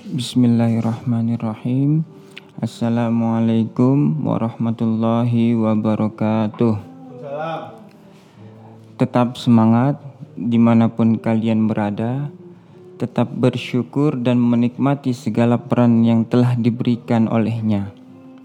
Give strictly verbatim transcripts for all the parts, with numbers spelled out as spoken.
Bismillahirrahmanirrahim. Assalamualaikum warahmatullahi wabarakatuh. Tetap semangat dimanapun kalian berada. Tetap bersyukur dan menikmati segala peran yang telah diberikan olehnya.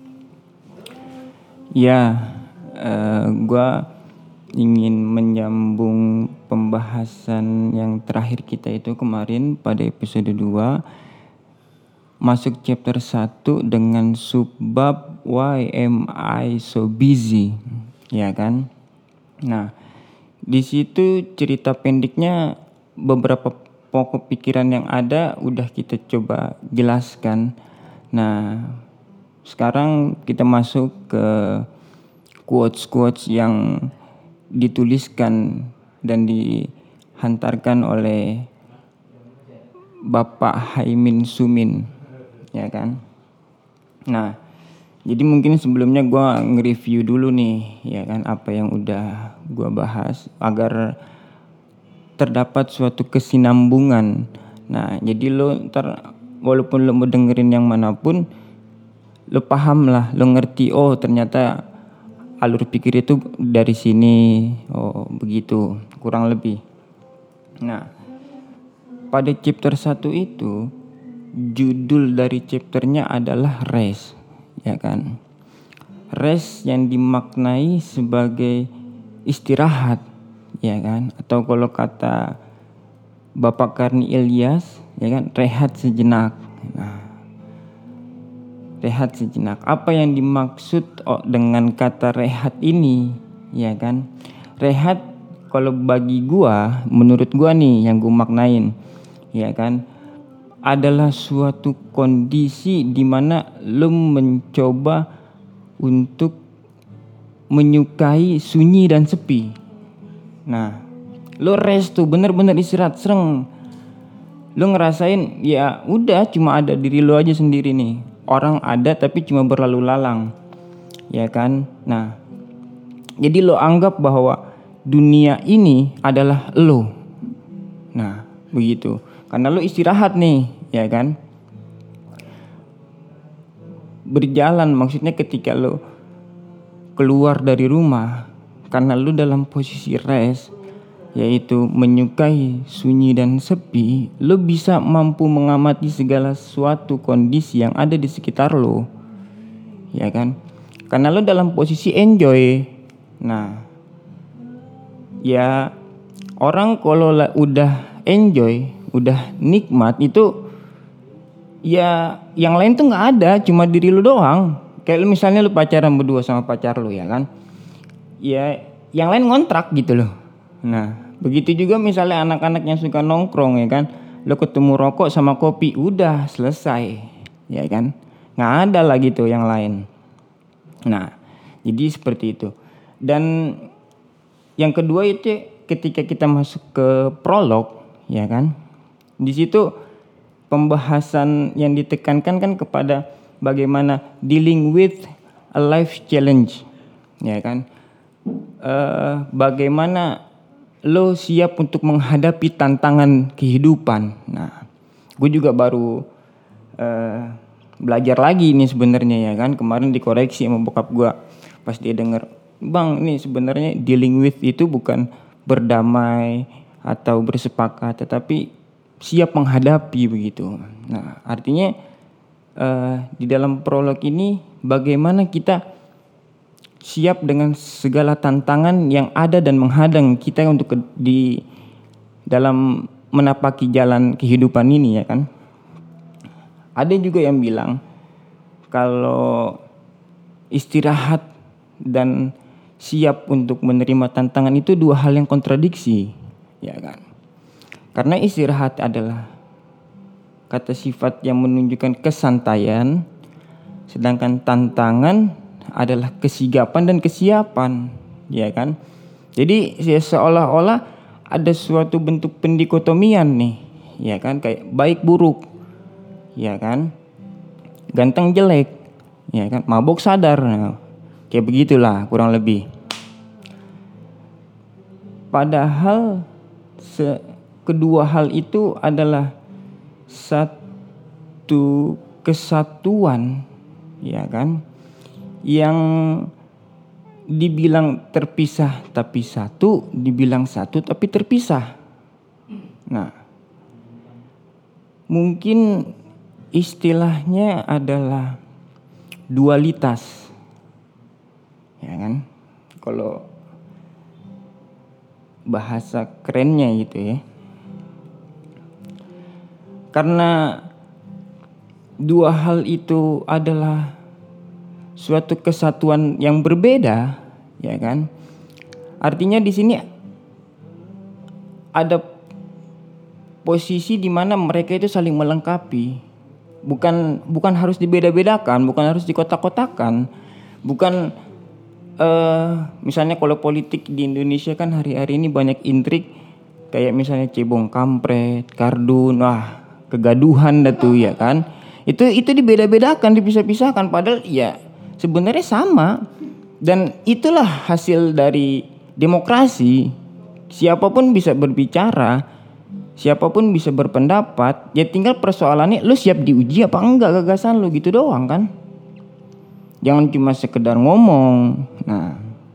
Ya, uh, gue ingin menyambung pembahasan yang terakhir kita itu kemarin pada episode dua. Masuk chapter satu dengan subbab Why am I so busy? Ya kan? Nah, di situ cerita pendeknya beberapa pokok pikiran yang ada udah kita coba jelaskan. Nah, sekarang kita masuk ke quotes-quotes yang dituliskan dan dihantarkan oleh Bapak Haimin Sumin, ya kan? Nah, jadi mungkin sebelumnya gue nge-review dulu nih, ya kan, apa yang udah gue bahas agar terdapat suatu kesinambungan. Nah, jadi lo ntar walaupun lo mau dengerin yang manapun, lo paham lah, lo ngerti, oh ternyata alur pikir itu dari sini, oh begitu, kurang lebih. Nah, pada chapter satu itu, judul dari chapternya adalah rest, ya kan. Rest yang dimaknai sebagai istirahat, ya kan. Atau kalau kata Bapak Karni Ilyas, ya kan, rehat sejenak. Nah, rehat sejenak. Apa yang dimaksud oh, dengan kata rehat ini, ya kan? Rehat kalau bagi gua, menurut gua nih yang gua maknain, ya kan, adalah suatu kondisi di mana lo mencoba untuk menyukai sunyi dan sepi. Nah, lo rest tuh bener-bener istirahat, sereng. Lo ngerasain ya udah cuma ada diri lo aja sendiri nih. Orang ada tapi cuma berlalu lalang, ya kan? Nah, jadi lo anggap bahwa dunia ini adalah lo. Nah, begitu. Karena lo istirahat nih, ya kan? Berjalan maksudnya ketika lo keluar dari rumah, karena lo dalam posisi rest, yaitu menyukai sunyi dan sepi, lo bisa mampu mengamati segala suatu kondisi yang ada di sekitar lo, ya kan? Karena lo dalam posisi enjoy. Nah, ya orang kalau udah enjoy, udah nikmat itu, ya yang lain tuh nggak ada, cuma diri lo doang. Kayak lo misalnya lo pacaran berdua sama pacar lo, ya kan? Ya yang lain ngontrak gitu loh. Nah, begitu juga misalnya anak-anak yang suka nongkrong, ya kan, lo ketemu rokok sama kopi, udah selesai, ya kan, nggak ada lagi tuh yang lain. Nah, jadi seperti itu. Dan yang kedua itu ketika kita masuk ke prolog, ya kan, di situ pembahasan yang ditekankan kan kepada bagaimana dealing with a life challenge, ya kan. Uh, bagaimana lo siap untuk menghadapi tantangan kehidupan. Nah, gue juga baru uh, belajar lagi nih sebenarnya, ya kan. Kemarin dikoreksi sama bokap gue pas dia denger, bang, ini sebenarnya dealing with itu bukan berdamai atau bersepakat, tetapi siap menghadapi begitu. Nah, artinya uh, di dalam prolog ini bagaimana kita siap dengan segala tantangan yang ada dan menghadang kita untuk ke, di dalam menapaki jalan kehidupan ini, ya kan. Ada juga yang bilang kalau istirahat dan siap untuk menerima tantangan itu dua hal yang kontradiksi, ya kan. Karena istirahat adalah kata sifat yang menunjukkan kesantaian, sedangkan tantangan adalah kesigapan dan kesiapan, ya kan. Jadi seolah-olah ada suatu bentuk pendikotomian nih, ya kan, kayak baik buruk, ya kan, ganteng jelek, ya kan, mabok sadar, nah, kayak begitulah kurang lebih. Padahal se- kedua hal itu adalah satu suatu kesatuan, ya kan, yang dibilang terpisah tapi satu, dibilang satu tapi terpisah. Nah, mungkin istilahnya adalah dualitas, ya kan, kalau bahasa kerennya gitu ya. Karena dua hal itu adalah suatu kesatuan yang berbeda, ya kan? Artinya di sini ada posisi di mana mereka itu saling melengkapi. Bukan bukan harus dibeda-bedakan, bukan harus dikotak-kotakan. Bukan uh, misalnya kalau politik di Indonesia kan hari-hari ini banyak intrik, kayak misalnya cebong kampret, kardun, wah, kegaduhan dah tuh, ya kan? Itu itu dibeda-bedakan, dipisah-pisahkan, padahal ya sebenarnya sama. Dan itulah hasil dari demokrasi. Siapapun bisa berbicara, siapapun bisa berpendapat. Ya tinggal persoalannya lu siap diuji apa enggak gagasan lu, gitu doang kan. Jangan cuma sekedar ngomong. Nah,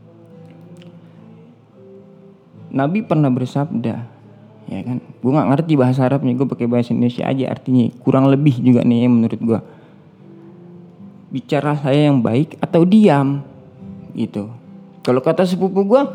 Nabi pernah bersabda, ya kan, gue nggak ngerti bahasa Arabnya, gue pakai bahasa Indonesia aja, artinya kurang lebih juga nih ya menurut gue. Bicara saya yang baik atau diam, gitu. Kalau kata sepupu gue,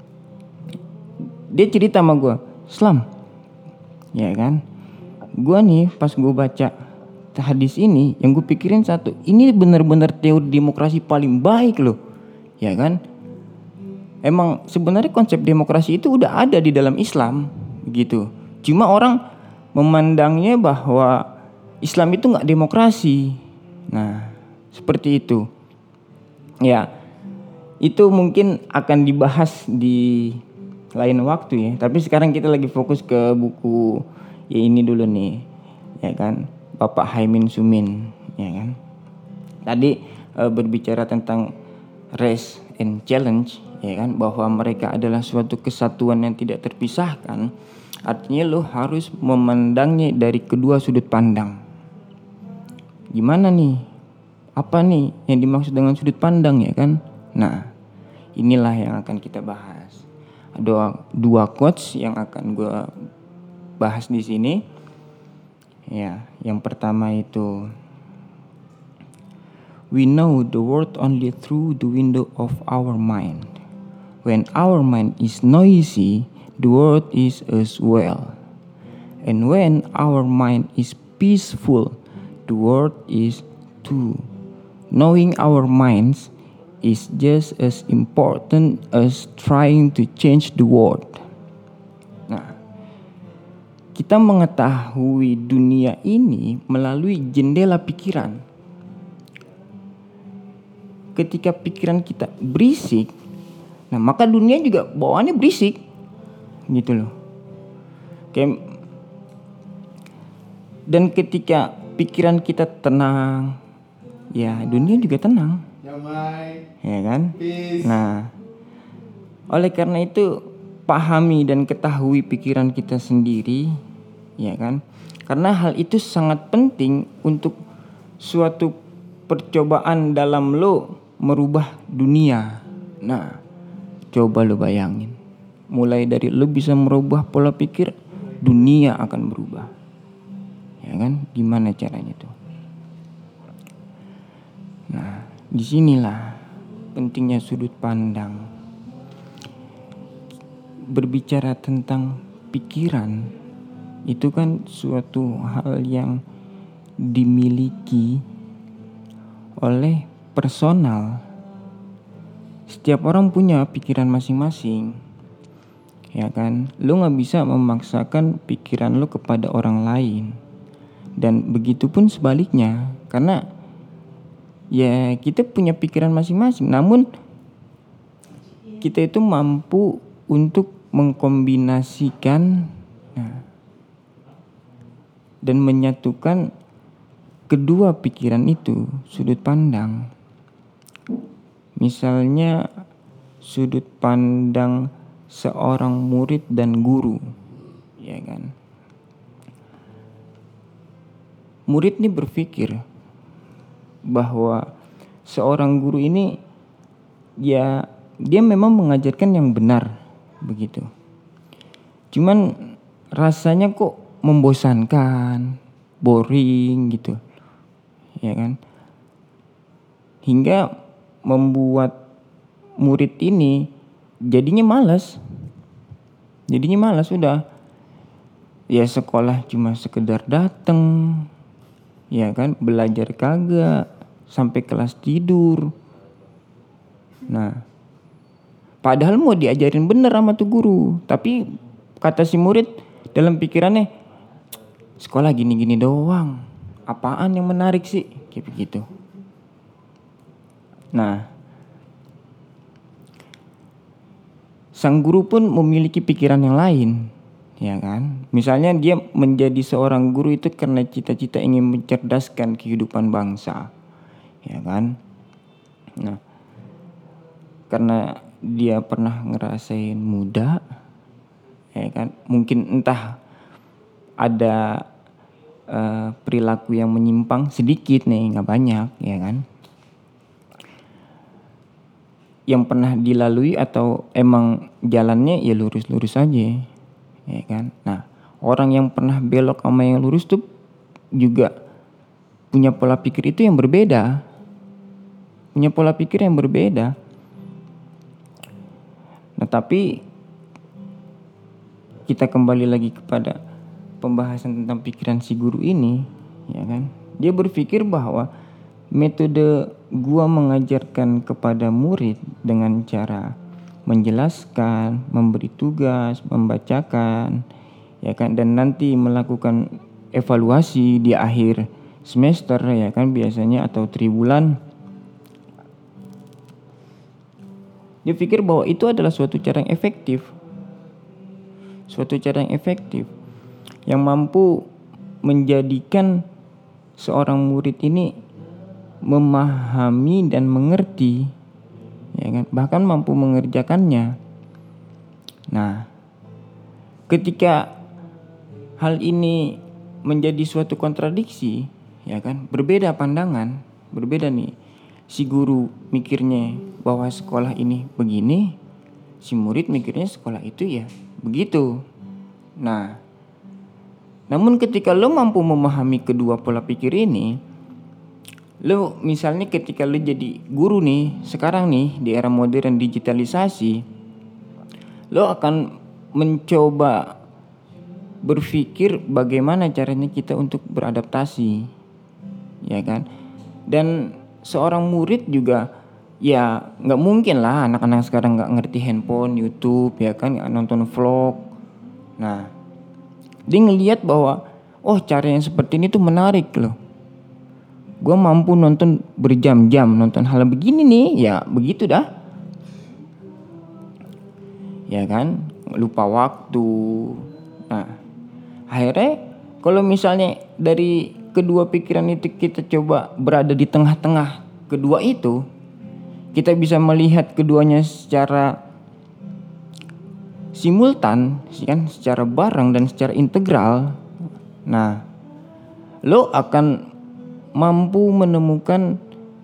dia cerita sama gue, Islam, ya kan, gue nih pas gue baca hadis ini, yang gue pikirin satu, ini benar-benar teori demokrasi paling baik loh, ya kan. Emang sebenarnya konsep demokrasi itu udah ada di dalam Islam, gitu. Cuma orang memandangnya bahwa Islam itu nggak demokrasi. Nah, seperti itu. Ya, itu mungkin akan dibahas di lain waktu ya. Tapi sekarang kita lagi fokus ke buku ya ini dulu nih, ya kan, Bapak Haimin Sumin, ya kan. Tadi e, berbicara tentang race and challenge, ya kan, bahwa mereka adalah suatu kesatuan yang tidak terpisahkan. Artinya lo harus memandangnya dari kedua sudut pandang. Gimana nih? Apa nih yang dimaksud dengan sudut pandang, ya kan? Nah, inilah yang akan kita bahas. Ada dua quotes yang akan gue bahas di sini. Ya, yang pertama itu, we know the world only through the window of our mind. When our mind is noisy, the world is as well. And when our mind is peaceful, the world is too. Knowing our minds is just as important as trying to change the world. Nah, kita mengetahui dunia ini melalui jendela pikiran. Ketika pikiran kita berisik, nah maka dunia juga bawaannya berisik, gitu loh. Kayak, dan ketika pikiran kita tenang, ya dunia juga tenang, ya kan? Nah, oleh karena itu pahami dan ketahui pikiran kita sendiri, ya kan? Karena hal itu sangat penting untuk suatu percobaan dalam lo merubah dunia. Nah, coba lo bayangin, mulai dari lo bisa merubah pola pikir, dunia akan berubah, ya kan? Gimana caranya tuh? Nah, disinilah pentingnya sudut pandang. Berbicara tentang pikiran itu kan suatu hal yang dimiliki oleh personal. Setiap orang punya pikiran masing-masing, ya kan. Lu gak bisa memaksakan pikiran lu kepada orang lain. Dan begitu pun sebaliknya, karena ya kita punya pikiran masing-masing. Namun kita itu mampu untuk mengkombinasikan, nah, dan menyatukan kedua pikiran itu, sudut pandang. Misalnya sudut pandang seorang murid dan guru, ya kan. murid nih berpikir bahwa seorang guru ini ya dia memang mengajarkan yang benar begitu. Cuman rasanya kok membosankan, boring gitu. Ya kan? Hingga membuat murid ini jadinya malas. Jadinya malas sudah. Ya sekolah cuma sekedar datang. Ya kan, belajar kagak, sampai kelas tidur. Nah, padahal mau diajarin bener sama tuh guru, tapi kata si murid dalam pikirannya, sekolah gini-gini doang, apaan yang menarik sih, kayak begitu. Nah, sang guru pun memiliki pikiran yang lain, ya kan? Misalnya dia menjadi seorang guru itu karena cita-cita ingin mencerdaskan kehidupan bangsa, ya kan? Nah, karena dia pernah ngerasain muda, ya kan? Mungkin entah ada uh, perilaku yang menyimpang sedikit nih, nggak banyak, ya kan? Yang pernah dilalui atau emang jalannya ya lurus-lurus aja, ya kan? Nah, orang yang pernah belok sama yang lurus tuh juga punya pola pikir itu yang berbeda, punya pola pikir yang berbeda. Nah, tapi kita kembali lagi kepada pembahasan tentang pikiran si guru ini, ya kan? Dia berpikir bahwa metode gua mengajarkan kepada murid dengan cara menjelaskan, memberi tugas, membacakan, ya kan, dan nanti melakukan evaluasi di akhir semester, ya kan, biasanya atau triwulan. Dia pikir bahwa itu adalah suatu cara yang efektif. Suatu cara yang efektif. Yang mampu menjadikan seorang murid ini memahami dan mengerti, ya kan? Bahkan mampu mengerjakannya. Nah, ketika hal ini menjadi suatu kontradiksi, ya kan? Berbeda pandangan, berbeda nih. Si guru mikirnya bahwa sekolah ini begini, si murid mikirnya sekolah itu ya begitu. Nah, namun ketika lo mampu memahami kedua pola pikir ini, lo misalnya ketika lo jadi guru nih, sekarang nih di era modern digitalisasi, lo akan mencoba berpikir bagaimana caranya kita untuk beradaptasi, ya kan? Dan seorang murid juga ya nggak mungkin lah anak-anak sekarang nggak ngerti handphone, YouTube, ya kan, nggak nonton vlog. Nah, dia ngelihat bahwa oh cara yang seperti ini tuh menarik loh. Gue mampu nonton berjam-jam nonton hal begini nih, ya begitu dah. Ya kan, lupa waktu. Nah, akhirnya kalau misalnya dari kedua pikiran itu kita coba berada di tengah-tengah kedua itu, kita bisa melihat keduanya secara simultan, kan, secara bareng dan secara integral. Nah, lo akan mampu menemukan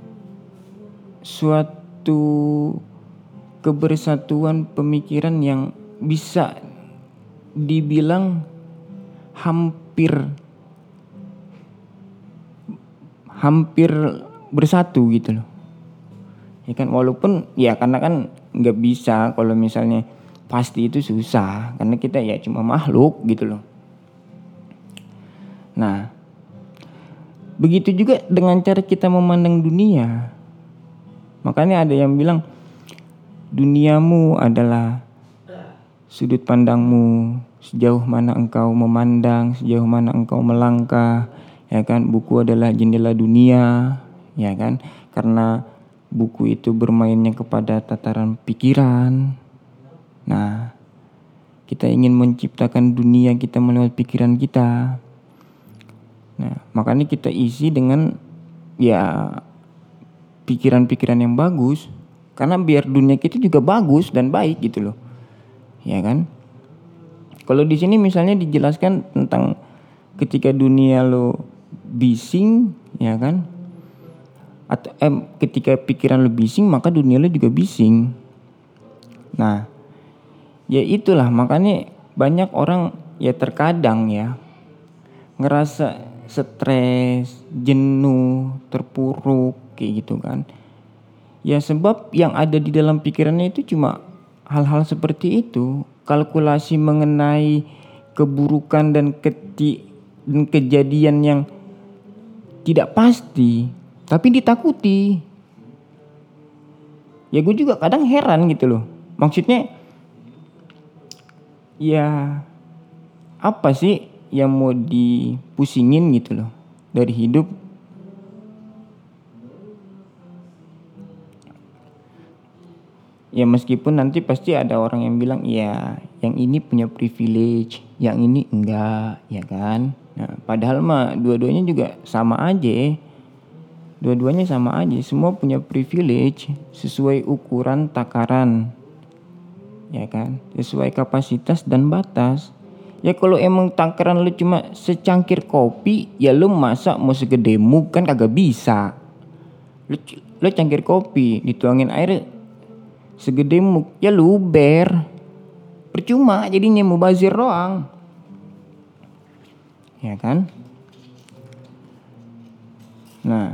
suatu kebersatuan pemikiran yang bisa dibilang hampir hampir bersatu gitu loh, ya kan, walaupun ya karena kan nggak bisa kalau misalnya pasti itu susah karena kita ya cuma makhluk gitu loh. Nah, begitu juga dengan cara kita memandang dunia. Makanya ada yang bilang duniamu adalah sudut pandangmu, sejauh mana engkau memandang, sejauh mana engkau melangkah, ya kan. Buku adalah jendela dunia, ya kan, karena buku itu bermainnya kepada tataran pikiran. Nah, kita ingin menciptakan dunia kita melalui pikiran kita. Nah, makanya kita isi dengan ya pikiran-pikiran yang bagus, karena biar dunia kita juga bagus dan baik gitu loh, ya kan. Kalau di sini misalnya dijelaskan tentang ketika dunia lo bising, ya kan? Atau eh, ketika pikiran lu bising, maka dunia lu juga bising. Nah, ya itulah makanya banyak orang ya terkadang ya ngerasa stres, jenuh, terpuruk kayak gitu kan. Ya sebab yang ada di dalam pikirannya itu cuma hal-hal seperti itu. Kalkulasi mengenai keburukan dan, keti, dan kejadian yang tidak pasti, tapi ditakuti. Ya gue juga kadang heran gitu loh. Maksudnya ya apa sih yang mau dipusingin gitu loh dari hidup. Ya meskipun nanti pasti ada orang yang bilang ya yang ini punya privilege, yang ini enggak, ya kan. Nah, padahal mah dua-duanya juga sama aja. Dua-duanya sama aja, semua punya privilege sesuai ukuran takaran. Ya kan, sesuai kapasitas dan batas. Ya kalau emang takaran lu cuma secangkir kopi, ya lu masa mau segede mug kan kagak bisa. Lu, lu cangkir kopi dituangin air segede mug, ya luber. Percuma jadinya mubazir doang. Ya kan? Nah,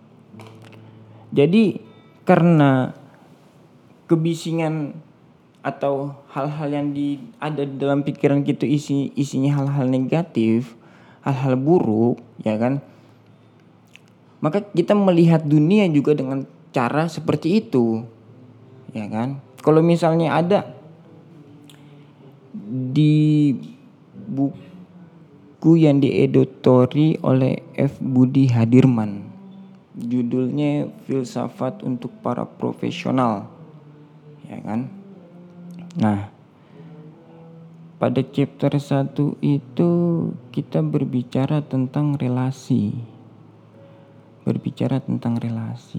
jadi karena kebisingan atau hal-hal yang di, ada di dalam pikiran kita isi isinya hal-hal negatif, hal-hal buruk, ya kan? Maka kita melihat dunia juga dengan cara seperti itu. Ya kan? Kalau misalnya ada di buku yang dieditori oleh F. Budi Hadirman, judulnya Filsafat untuk Para Profesional, ya kan? Nah, pada chapter satu itu kita berbicara tentang relasi. Berbicara tentang relasi.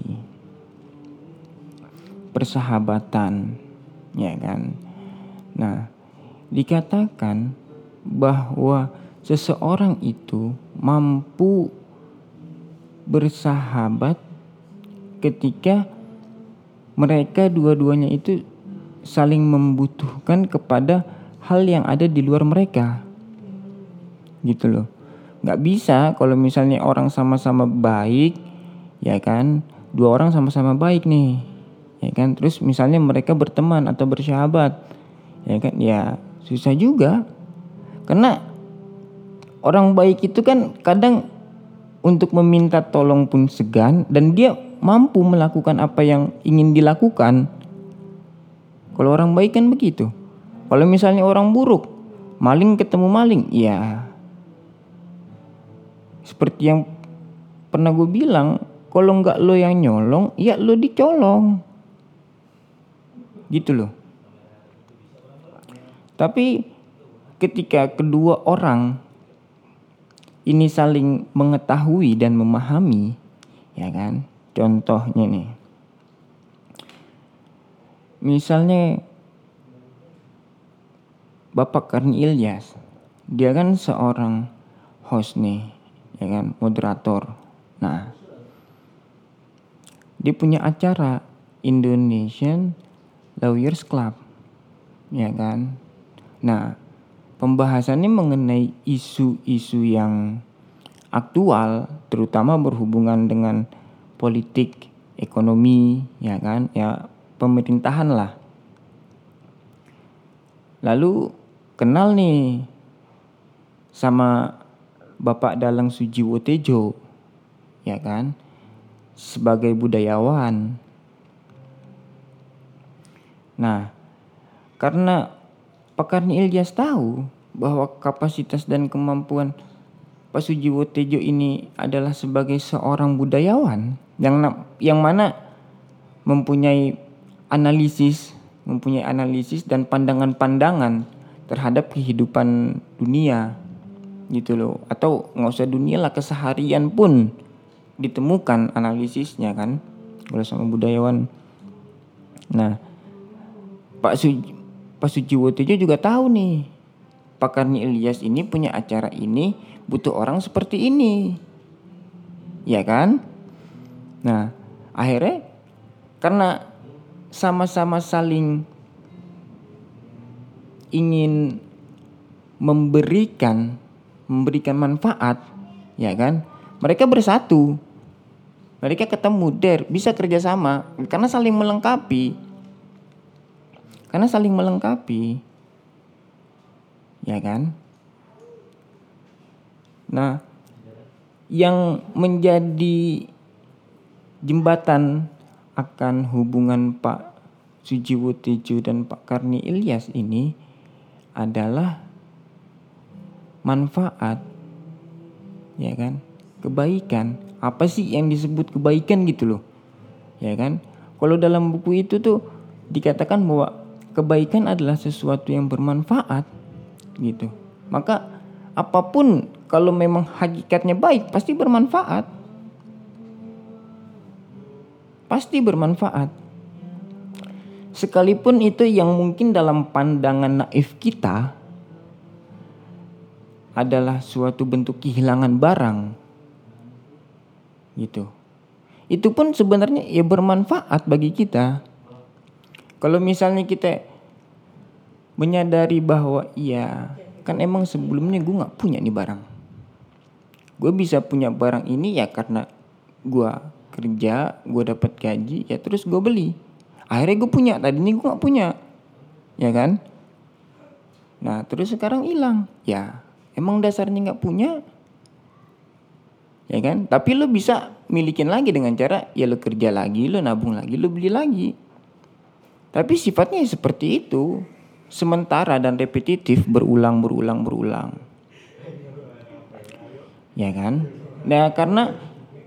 Persahabatan, ya kan? Nah, dikatakan bahwa seseorang itu mampu bersahabat ketika mereka dua-duanya itu saling membutuhkan kepada hal yang ada di luar mereka, gitu loh. Nggak bisa kalau misalnya orang sama-sama baik, ya kan, dua orang sama-sama baik nih, ya kan, terus misalnya mereka berteman atau bersahabat, ya kan, ya susah juga, karena orang baik itu kan kadang untuk meminta tolong pun segan dan dia mampu melakukan apa yang ingin dilakukan. Kalau orang baik kan begitu. Kalau misalnya orang buruk, maling ketemu maling, ya seperti yang pernah gue bilang, kalau nggak lo yang nyolong, ya lo dicolong, gitu loh. Tapi ketika kedua orang ini saling mengetahui dan memahami, ya kan, contohnya nih, misalnya Bapak Karni Ilyas, dia kan seorang host nih, ya kan, moderator. Nah, dia punya acara Indonesian Lawyers Club, ya kan. Nah, pembahasannya mengenai isu-isu yang aktual, terutama berhubungan dengan politik, ekonomi, ya kan, ya pemerintahan lah. Lalu kenal nih sama Bapak Dalang Sujiwo Tejo, ya kan, sebagai budayawan. Nah, karena Pak Karni Ilyas tahu bahwa kapasitas dan kemampuan Pak Sujiwo Tejo ini adalah sebagai seorang budayawan yang yang mana mempunyai analisis, mempunyai analisis dan pandangan-pandangan terhadap kehidupan dunia, gitu loh. Atau nggak usah dunia lah, keseharian pun ditemukan analisisnya kan, kalau sama budayawan. Nah, Pak Suji, Pak Sujiwo Tejo juga tahu nih, Pak Karni Ilyas ini punya acara ini butuh orang seperti ini. ya kan? Nah, akhirnya karena sama-sama saling ingin memberikan memberikan manfaat, ya kan? Mereka bersatu. Mereka ketemu der, bisa kerjasama karena saling melengkapi. Karena saling melengkapi. Ya kan? Nah, yang menjadi jembatan akan hubungan Pak Sujiwo Tejo dan Pak Karni Ilyas ini adalah manfaat, ya kan? Kebaikan. Apa sih yang disebut kebaikan gitu loh, ya kan? Kalau dalam buku itu tuh dikatakan bahwa kebaikan adalah sesuatu yang bermanfaat, gitu. Maka apapun kalau memang hakikatnya baik pasti bermanfaat, pasti bermanfaat. Sekalipun itu yang mungkin dalam pandangan naif kita adalah suatu bentuk kehilangan barang, gitu. Itu pun sebenarnya ya bermanfaat bagi kita. Kalau misalnya kita menyadari bahwa iya kan emang sebelumnya gue nggak punya nih barang, gue bisa punya barang ini ya karena gue kerja, gue dapat gaji, ya terus gue beli, akhirnya gue punya. Tadinya gue nggak punya, ya kan? Nah terus sekarang hilang, ya emang dasarnya nggak punya, ya kan? Tapi lo bisa milikin lagi dengan cara ya lo kerja lagi, lo nabung lagi, lo beli lagi. Tapi sifatnya seperti itu, sementara dan repetitif, berulang, berulang, berulang. Ya kan? Nah karena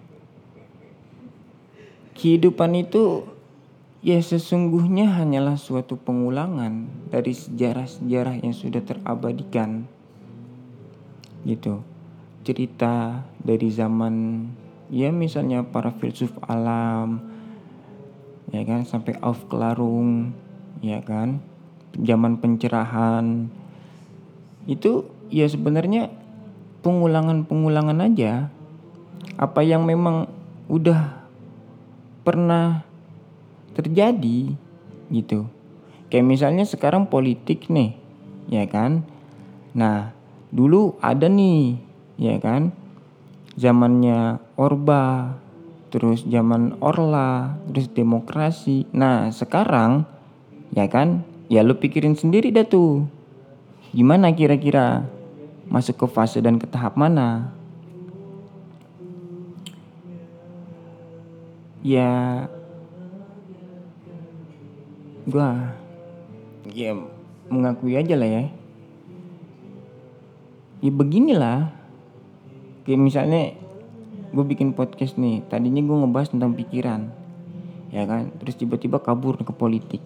kehidupan itu ya sesungguhnya hanyalah suatu pengulangan dari sejarah-sejarah yang sudah terabadikan, gitu. Cerita dari zaman ya misalnya para filsuf alam, ya kan, sampai Aufklärung, ya kan, zaman pencerahan, itu ya sebenarnya pengulangan-pengulangan aja apa yang memang udah pernah terjadi, gitu. Kayak misalnya sekarang politik nih, ya kan. Nah dulu ada nih, ya kan, zamannya Orba, terus zaman Orla, terus demokrasi. Nah sekarang, ya kan, ya lu pikirin sendiri dah tuh, gimana kira-kira masuk ke fase dan ke tahap mana? Ya gua ya mengakui aja lah ya. Ya beginilah. Kayak misalnya gue bikin podcast nih, tadinya gue ngebahas tentang pikiran, ya kan, terus tiba-tiba kabur ke politik,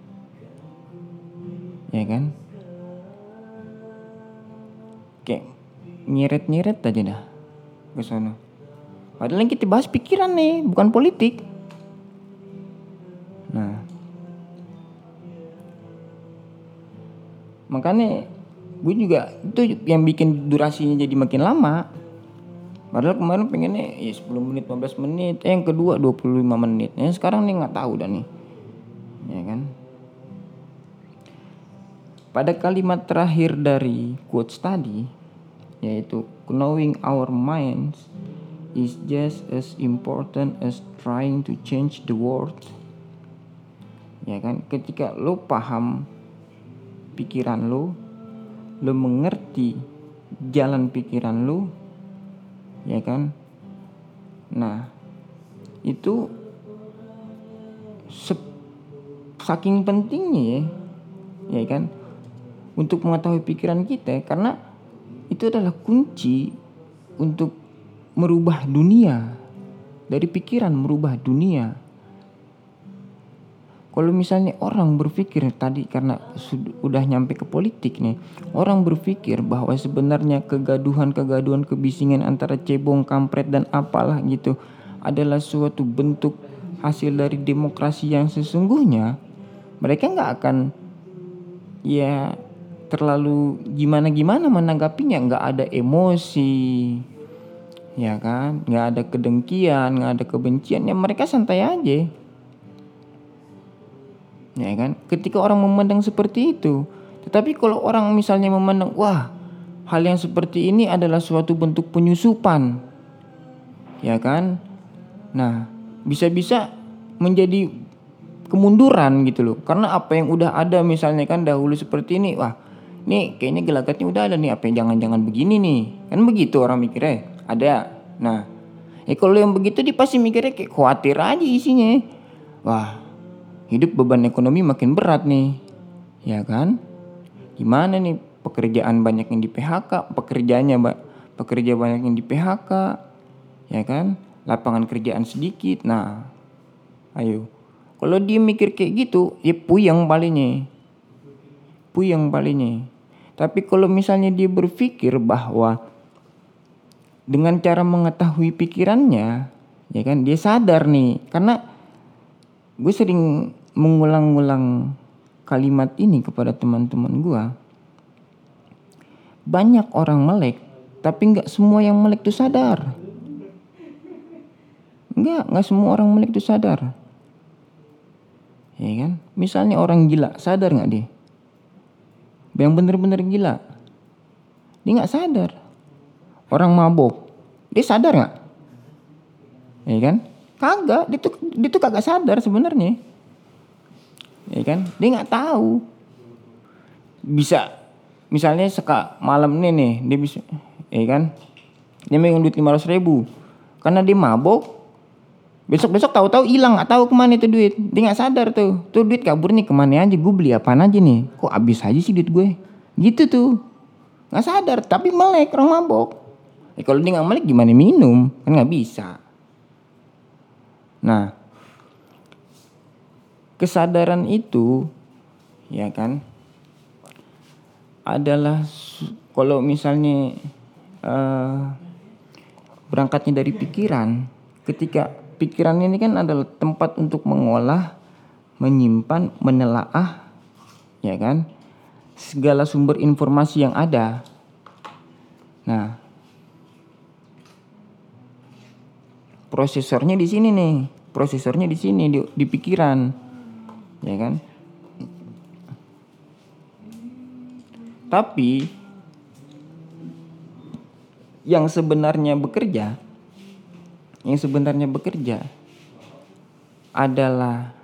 ya kan, kayak nyeret-nyeret aja dah ke sono. Padahal yang kita bahas pikiran nih, bukan politik. Nah makanya gue juga itu yang bikin durasinya jadi makin lama. Padahal kemarin pengennya ya sepuluh menit, lima belas menit, eh yang kedua dua puluh lima menit. Ya sekarang nih nggak tahu dah nih, ya kan. Pada kalimat terakhir dari quotes tadi, yaitu knowing our minds is just as important as trying to change the world. Ya kan, ketika lo paham pikiran lo, lo mengerti jalan pikiran lo, ya kan. Nah itu se- saking pentingnya ya, ya kan, untuk mengetahui pikiran kita, karena itu adalah kunci untuk merubah dunia. Dari pikiran merubah dunia. Kalau misalnya orang berpikir tadi, karena sudah udah nyampe ke politik nih, orang berpikir bahwa sebenarnya kegaduhan-kegaduhan, kebisingan antara cebong, kampret dan apalah gitu adalah suatu bentuk hasil dari demokrasi yang sesungguhnya, mereka nggak akan ya terlalu gimana-gimana menanggapinya, nggak ada emosi, ya kan, nggak ada kedengkian, nggak ada kebencian, ya mereka santai aja, ya kan. Ketika orang memandang seperti itu, tetapi kalau orang misalnya memandang, wah, hal yang seperti ini adalah suatu bentuk penyusupan, ya kan, nah bisa-bisa menjadi kemunduran gitu loh, karena apa yang udah ada misalnya kan dahulu seperti ini, wah, nih kayaknya gelagatnya udah ada nih, apa yang jangan-jangan begini nih, kan begitu orang mikirnya ada. Nah, eh kalau yang begitu dia pasti mikirnya kayak khawatir aja isinya, wah, hidup beban ekonomi makin berat nih, ya kan, gimana nih, pekerjaan banyak yang di P H K, pekerjaannya mbak, pekerja banyak yang di P H K, ya kan, lapangan kerjaan sedikit. Nah, ayo, kalau dia mikir kayak gitu, ya puyeng palingnya, puyeng palingnya. Tapi kalau misalnya dia berpikir bahwa dengan cara mengetahui pikirannya, ya kan, dia sadar nih, karena gue sering mengulang-ulang kalimat ini kepada teman-teman gue. Banyak orang melek, tapi nggak semua yang melek itu sadar. Nggak, nggak semua orang melek itu sadar. Ya kan? Misalnya orang gila, sadar nggak dia? Yang bener-bener gila, dia nggak sadar. Orang mabok, dia sadar nggak? Ya kan? Kagak, dia tuh dia tuh kagak sadar sebenarnya. Ya kan? Dia nggak tahu. Bisa, misalnya seka malam ini nih, dia bisa, ya kan? Dia megang duit lima ratus ribu, karena dia mabok. Besok-besok tahu-tahu hilang, nggak tahu kemana itu duit. Dia nggak sadar tuh, tuh duit kabur nih kemana aja? Gue beli apaan aja nih? Kok habis aja sih duit gue? Gitu tuh, nggak sadar, tapi melek orang mabok. Eh, kalau dia nggak melek gimana minum? Kan nggak bisa. Nah, kesadaran itu, ya kan, adalah kalau misalnya uh, berangkatnya dari pikiran. Ketika pikiran ini kan adalah tempat untuk mengolah, menyimpan, menelaah, ya kan, segala sumber informasi yang ada. Nah, prosesornya di sini nih, prosesornya di sini di, di pikiran, ya kan. Tapi yang sebenarnya bekerja, yang sebenarnya bekerja adalah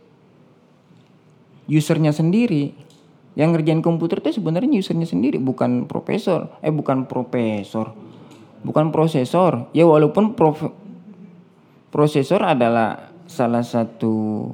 usernya sendiri. Yang ngerjain komputer itu sebenarnya usernya sendiri, bukan profesor, eh bukan profesor, bukan prosesor. Ya walaupun prof, prosesor adalah salah satu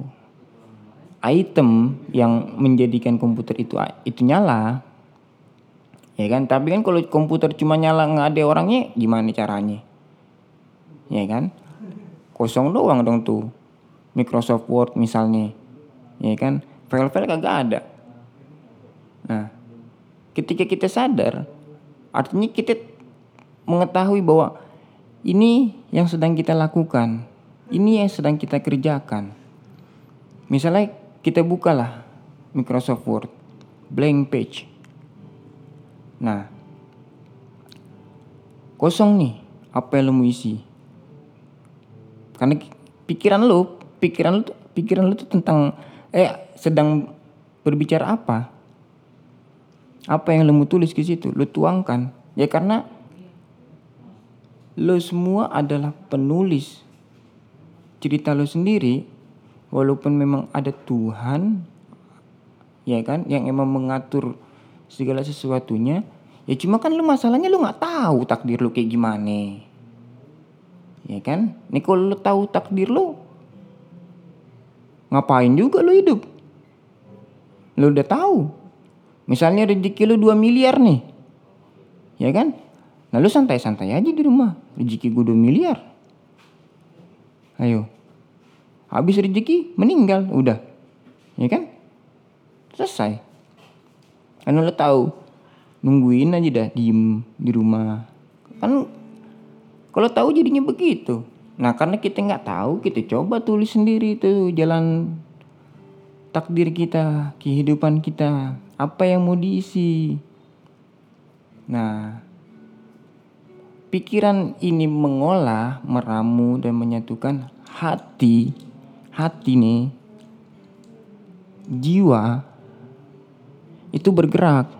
item yang menjadikan komputer itu itu nyala, ya kan. Tapi kan kalau komputer cuma nyala nggak ada orangnya, gimana caranya, ya kan? Kosong doang dong tuh Microsoft Word misalnya, ya kan, file-file kagak ada. Nah, ketika kita sadar, artinya kita mengetahui bahwa ini yang sedang kita lakukan, ini yang sedang kita kerjakan. Misalnya kita bukalah Microsoft Word, blank page. Nah, kosong nih, apa yang lo mau isi? Karena pikiran lo, pikiran lo, pikiran lo tuh tentang eh sedang berbicara apa? Apa yang lo mau tulis ke situ, lo tuangkan. Ya karena lo semua adalah penulis cerita lo sendiri, walaupun memang ada Tuhan, ya kan, yang emang mengatur segala sesuatunya. Ya cuma kan lo masalahnya lo nggak tahu takdir lo kayak gimana, ya kan. Nih kalau lo tahu takdir lo, ngapain juga lo hidup? Lo udah tahu. Misalnya rezeki lu dua miliar nih, ya kan? Nah lu santai-santai aja di rumah, rezeki gue dua miliar. Ayo, habis rezeki meninggal, udah, ya kan? Selesai. Kan lu tahu, nungguin aja dah, diem di rumah. Kan kalau tahu jadinya begitu. Nah karena kita nggak tahu, kita coba tulis sendiri tuh jalan takdir kita, kehidupan kita. Apa yang mau diisi? Nah, pikiran ini mengolah, meramu dan menyatukan hati, hati nih, jiwa itu bergerak,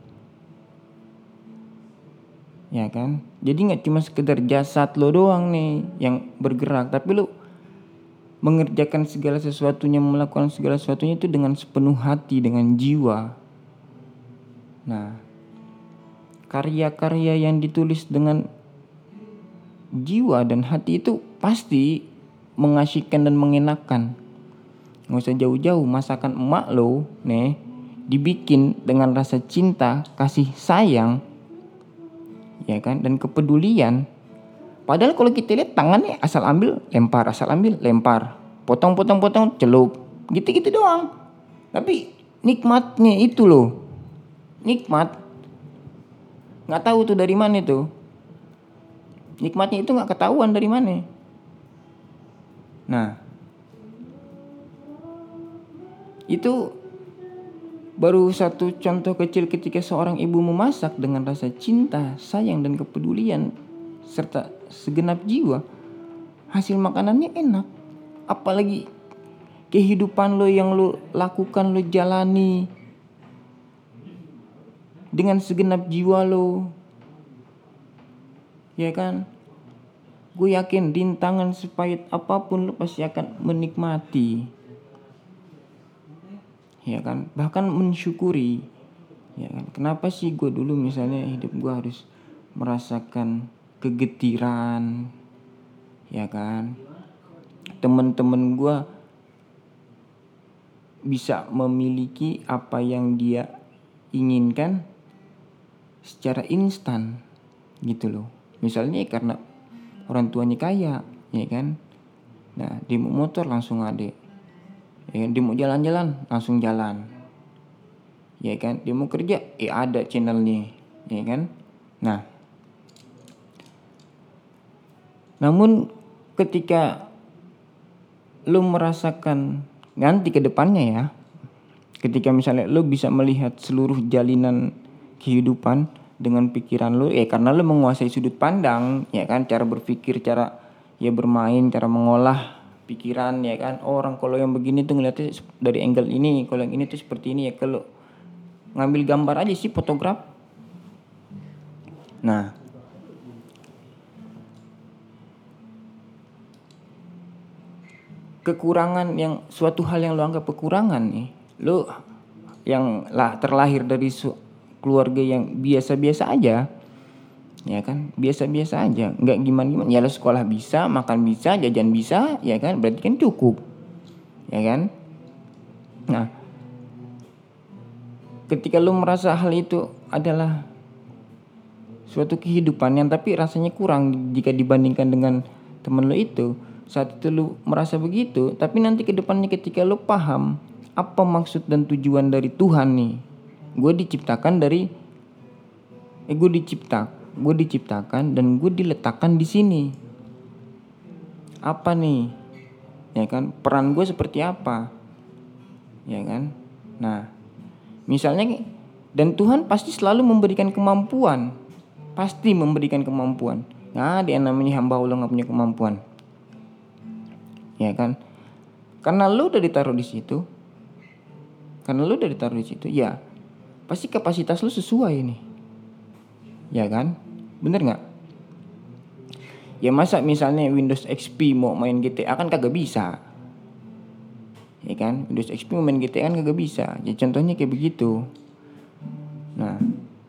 ya kan? Jadi nggak cuma sekedar jasad lo doang nih yang bergerak, tapi lo mengerjakan segala sesuatunya, melakukan segala sesuatunya itu dengan sepenuh hati, dengan jiwa. Nah, karya-karya yang ditulis dengan jiwa dan hati itu pasti mengasyikkan dan mengenakan. Nggak usah jauh-jauh, masakan emak lo nih dibikin dengan rasa cinta, kasih sayang, ya kan, dan kepedulian. Padahal kalau kita lihat tangannya asal ambil lempar, asal ambil lempar, potong-potong-potong celup, gitu-gitu doang. Tapi nikmatnya itu loh, nikmat, nggak tahu tuh dari mana itu. Nikmatnya itu nggak ketahuan dari mana. Nah, itu baru satu contoh kecil ketika seorang ibu memasak dengan rasa cinta, sayang, dan kepedulian serta segenap jiwa. Hasil makanannya enak. Apalagi kehidupan lo yang lo lakukan, lo jalani dengan segenap jiwa lo, ya kan? Gue yakin rintangan sepahit apapun lo pasti akan menikmati, ya kan? Bahkan mensyukuri, ya kan? Kenapa sih gue dulu misalnya hidup gue harus merasakan kegetiran, ya kan? Temen-temen gue bisa memiliki apa yang dia inginkan secara instan, gitu loh. Misalnya karena orang tuanya kaya, ya kan? Nah, dia mau motor langsung ada, ya kan? Dia mau jalan-jalan langsung jalan, ya kan? Dia mau kerja, eh ada channelnya, ya kan? Nah, namun ketika lo merasakan nanti ke depannya ya, ketika misalnya lo bisa melihat seluruh jalinan kehidupan dengan pikiran lo, ya karena lo menguasai sudut pandang, ya kan, cara berpikir, cara ya bermain, cara mengolah pikiran, ya kan. Oh, orang kalau yang begini tuh ngeliatnya dari angle ini, kalau yang ini tuh seperti ini, ya kalau ngambil gambar aja sih fotograf. Nah, kekurangan yang suatu hal yang lo anggap kekurangan nih, lo yang lah terlahir dari su- keluarga yang biasa-biasa aja, ya kan, biasa-biasa aja, nggak gimana-gimana, ya lo sekolah bisa, makan bisa, jajan bisa, ya kan, berarti kan cukup, ya kan. Nah, ketika lo merasa hal itu adalah suatu kehidupan yang tapi rasanya kurang jika dibandingkan dengan temen lo itu, saat itu lo merasa begitu, tapi nanti ke depannya ketika lo paham apa maksud dan tujuan dari Tuhan nih, gue diciptakan dari eh gue dicipta gue diciptakan dan gue diletakkan di sini, apa nih, ya kan, peran gue seperti apa, ya kan. Nah, misalnya, dan Tuhan pasti selalu memberikan kemampuan, pasti memberikan kemampuan. Nah, dia namanya hamba Allah nggak punya kemampuan, ya kan. Karena lu udah ditaruh di situ, karena lu udah ditaruh di situ, ya pasti kapasitas lu sesuai nih, ya kan, bener nggak? Ya masa misalnya Windows X P mau main G T A kan kagak bisa, ya kan. Windows X P mau main G T A kan kagak bisa, ya contohnya kayak begitu. Nah,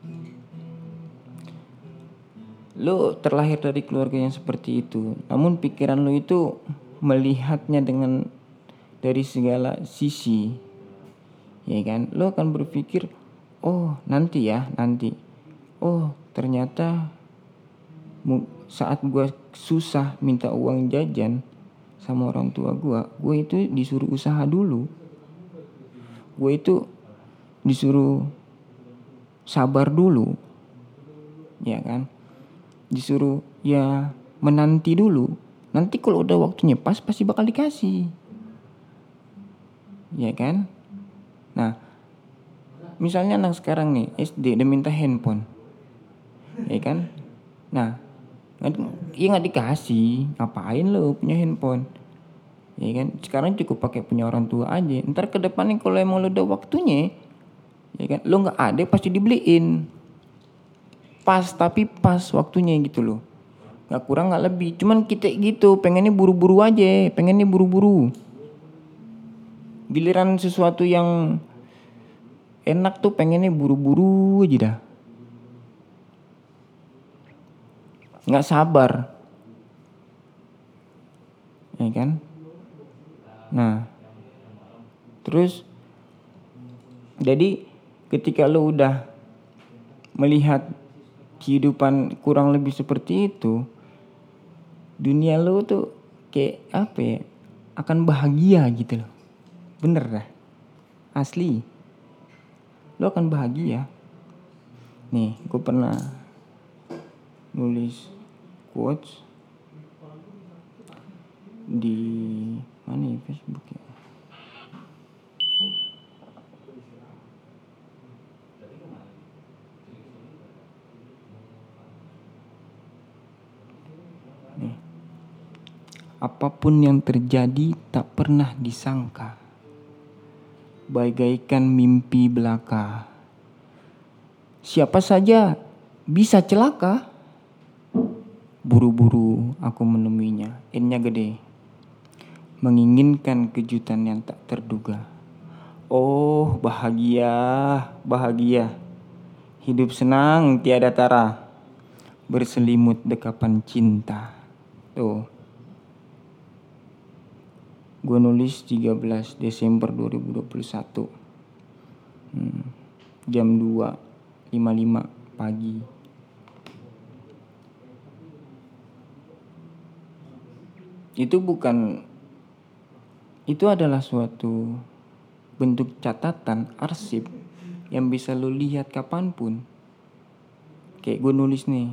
lu terlahir dari keluarga yang seperti itu, namun pikiran lu itu melihatnya dengan dari segala sisi, ya kan. Lu akan berpikir, oh nanti ya nanti, oh ternyata saat gue susah minta uang jajan sama orang tua gue, gue itu disuruh usaha dulu, gue itu disuruh sabar dulu, ya kan, disuruh ya menanti dulu, nanti kalau udah waktunya pas pasti bakal dikasih, ya kan. Nah, misalnya anak sekarang nih S D udah minta handphone, ya kan. Nah, Iya nggak dikasih, ngapain lo punya handphone? Ya kan, sekarang cukup pakai punya orang tua aja. Ntar ke depannya kalau emang lo udah waktunya, ya kan, lo nggak ada pasti dibeliin. Pas tapi pas waktunya gitu loh, nggak kurang nggak lebih. Cuman kita gitu, pengennya buru-buru aja, pengennya buru-buru. Giliran sesuatu yang enak tuh pengennya buru-buru aja dah. Nggak sabar, ya kan? Nah, terus jadi ketika lo udah melihat kehidupan kurang lebih seperti itu, dunia lo tuh kayak apa ya, akan bahagia gitu loh. Bener dah, asli, lo akan bahagia. Nih, gue pernah nulis quotes di mana ya, Facebook ya. Nih. Apapun yang terjadi tak pernah disangka, bagaikan mimpi belaka. Siapa saja bisa celaka. Buru-buru aku menemuinya. N-nya gede. Menginginkan kejutan yang tak terduga. Oh, bahagia, bahagia. Hidup senang tiada tara. Berselimut dekapan cinta. Tuh. Gue nulis tiga belas Desember dua ribu dua puluh satu. Hmm, jam dua lima puluh lima pagi. Itu bukan, itu adalah suatu bentuk catatan arsip yang bisa lo lihat kapanpun. Kayak gue nulis nih,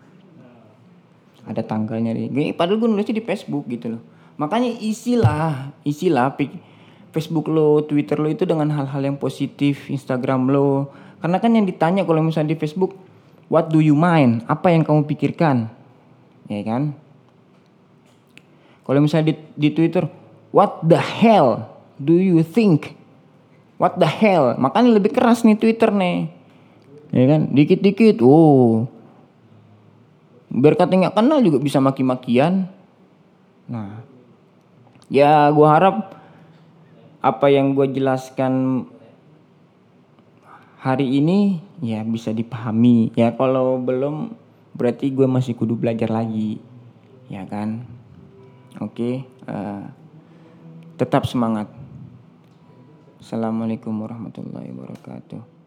ada tanggalnya nih. Padahal gue nulisnya di Facebook gitu loh. Makanya isilah, isilah Facebook lo, Twitter lo itu dengan hal-hal yang positif, Instagram lo. Karena kan yang ditanya kalau misalnya di Facebook, what do you mind? Apa yang kamu pikirkan? Ya kan? Kalau misalnya di, di Twitter, what the hell do you think? What the hell? Makanya lebih keras nih Twitter nih. Ya kan? Dikit-dikit, oh. Biar kata nggak kenal juga bisa maki-makian. Nah, ya gue harap apa yang gue jelaskan hari ini ya bisa dipahami. Ya kalau belum berarti gue masih kudu belajar lagi. Ya kan? Oke, uh, tetap semangat. Assalamualaikum warahmatullahi wabarakatuh.